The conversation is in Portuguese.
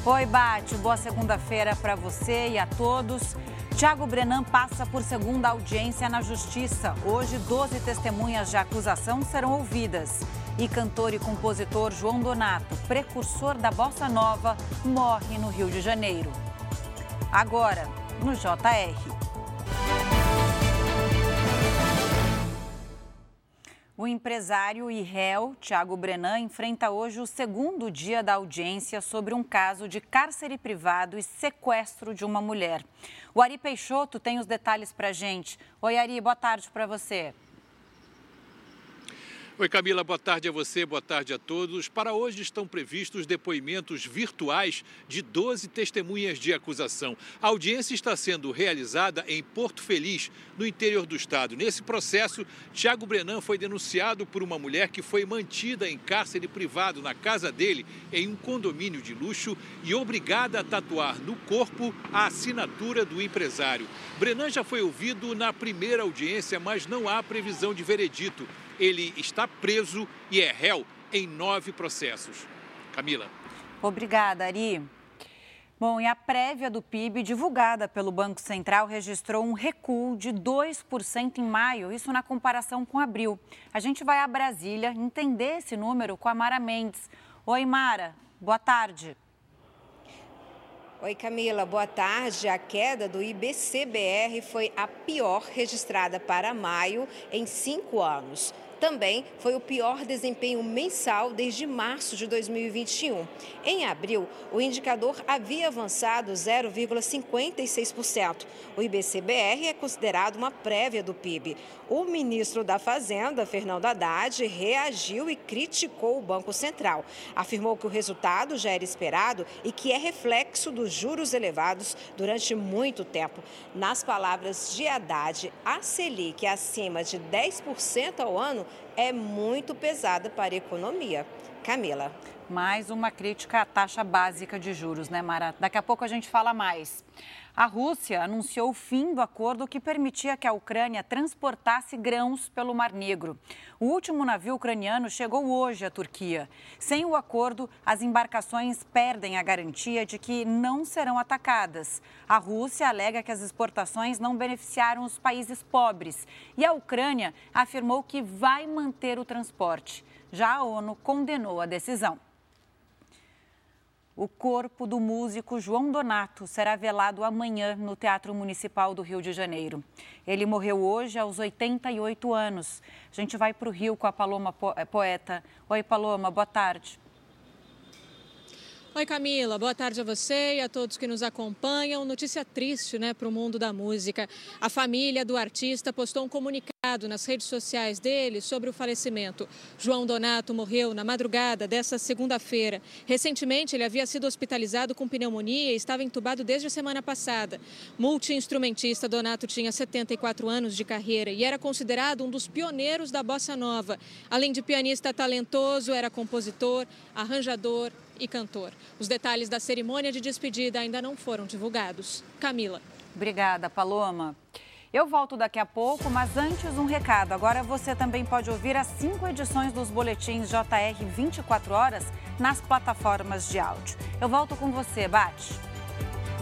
Oi, Bate. Boa segunda-feira para você e a todos. Thiago Brenan passa por segunda audiência na Justiça. Hoje, 12 testemunhas de acusação serão ouvidas. E cantor e compositor João Donato, precursor da Bossa Nova, morre no Rio de Janeiro. Agora, no JR. O empresário e réu Thiago Brenan enfrenta hoje o segundo dia da audiência sobre um caso de cárcere privado e sequestro de uma mulher. O Ari Peixoto tem os detalhes para a gente. Oi, Ari, boa tarde para você. Oi, Camila, boa tarde a você, boa tarde a todos. Para hoje estão previstos depoimentos virtuais de 12 testemunhas de acusação. A audiência está sendo realizada em Porto Feliz, no interior do estado. Nesse processo, Thiago Brenan foi denunciado por uma mulher que foi mantida em cárcere privado na casa dele, em um condomínio de luxo, e obrigada a tatuar no corpo a assinatura do empresário. Brenan já foi ouvido na primeira audiência, mas não há previsão de veredito. Ele está preso e é réu em 9 processos. Camila. Obrigada, Ari. Bom, e a prévia do PIB divulgada pelo Banco Central registrou um recuo de 2% em maio, isso na comparação com abril. A gente vai a Brasília entender esse número com a Mara Mendes. Oi, Mara, boa tarde. Oi, Camila, boa tarde. A queda do IBC-BR foi a pior registrada para maio em 5 anos. Também foi o pior desempenho mensal desde março de 2021. Em abril, o indicador havia avançado 0,56%. O IBC-BR é considerado uma prévia do PIB. O ministro da Fazenda, Fernando Haddad, reagiu e criticou o Banco Central. Afirmou que o resultado já era esperado e que é reflexo dos juros elevados durante muito tempo. Nas palavras de Haddad, a Selic acima de 10% ao ano é muito pesada para a economia. Camila. Mais uma crítica à taxa básica de juros, né, Mara? Daqui a pouco a gente fala mais. A Rússia anunciou o fim do acordo que permitia que a Ucrânia transportasse grãos pelo Mar Negro. O último navio ucraniano chegou hoje à Turquia. Sem o acordo, as embarcações perdem a garantia de que não serão atacadas. A Rússia alega que as exportações não beneficiaram os países pobres e a Ucrânia afirmou que vai manter o transporte. Já a ONU condenou a decisão. O corpo do músico João Donato será velado amanhã no Teatro Municipal do Rio de Janeiro. Ele morreu hoje aos 88 anos. A gente vai para o Rio com a Paloma Poeta. Oi, Paloma, boa tarde. Oi, Camila. Boa tarde a você e a todos que nos acompanham. Notícia triste, né, para o mundo da música. A família do artista postou um comunicado nas redes sociais dele sobre o falecimento. João Donato morreu na madrugada desta segunda-feira. Recentemente, ele havia sido hospitalizado com pneumonia e estava entubado desde a semana passada. Multi-instrumentista, Donato tinha 74 anos de carreira e era considerado um dos pioneiros da bossa nova. Além de pianista talentoso, era compositor, arranjador e cantor. Os detalhes da cerimônia de despedida ainda não foram divulgados. Camila. Obrigada, Paloma. Eu volto daqui a pouco, mas antes um recado. Agora você também pode ouvir as 5 edições dos boletins JR 24 horas nas plataformas de áudio. Eu volto com você, Bate.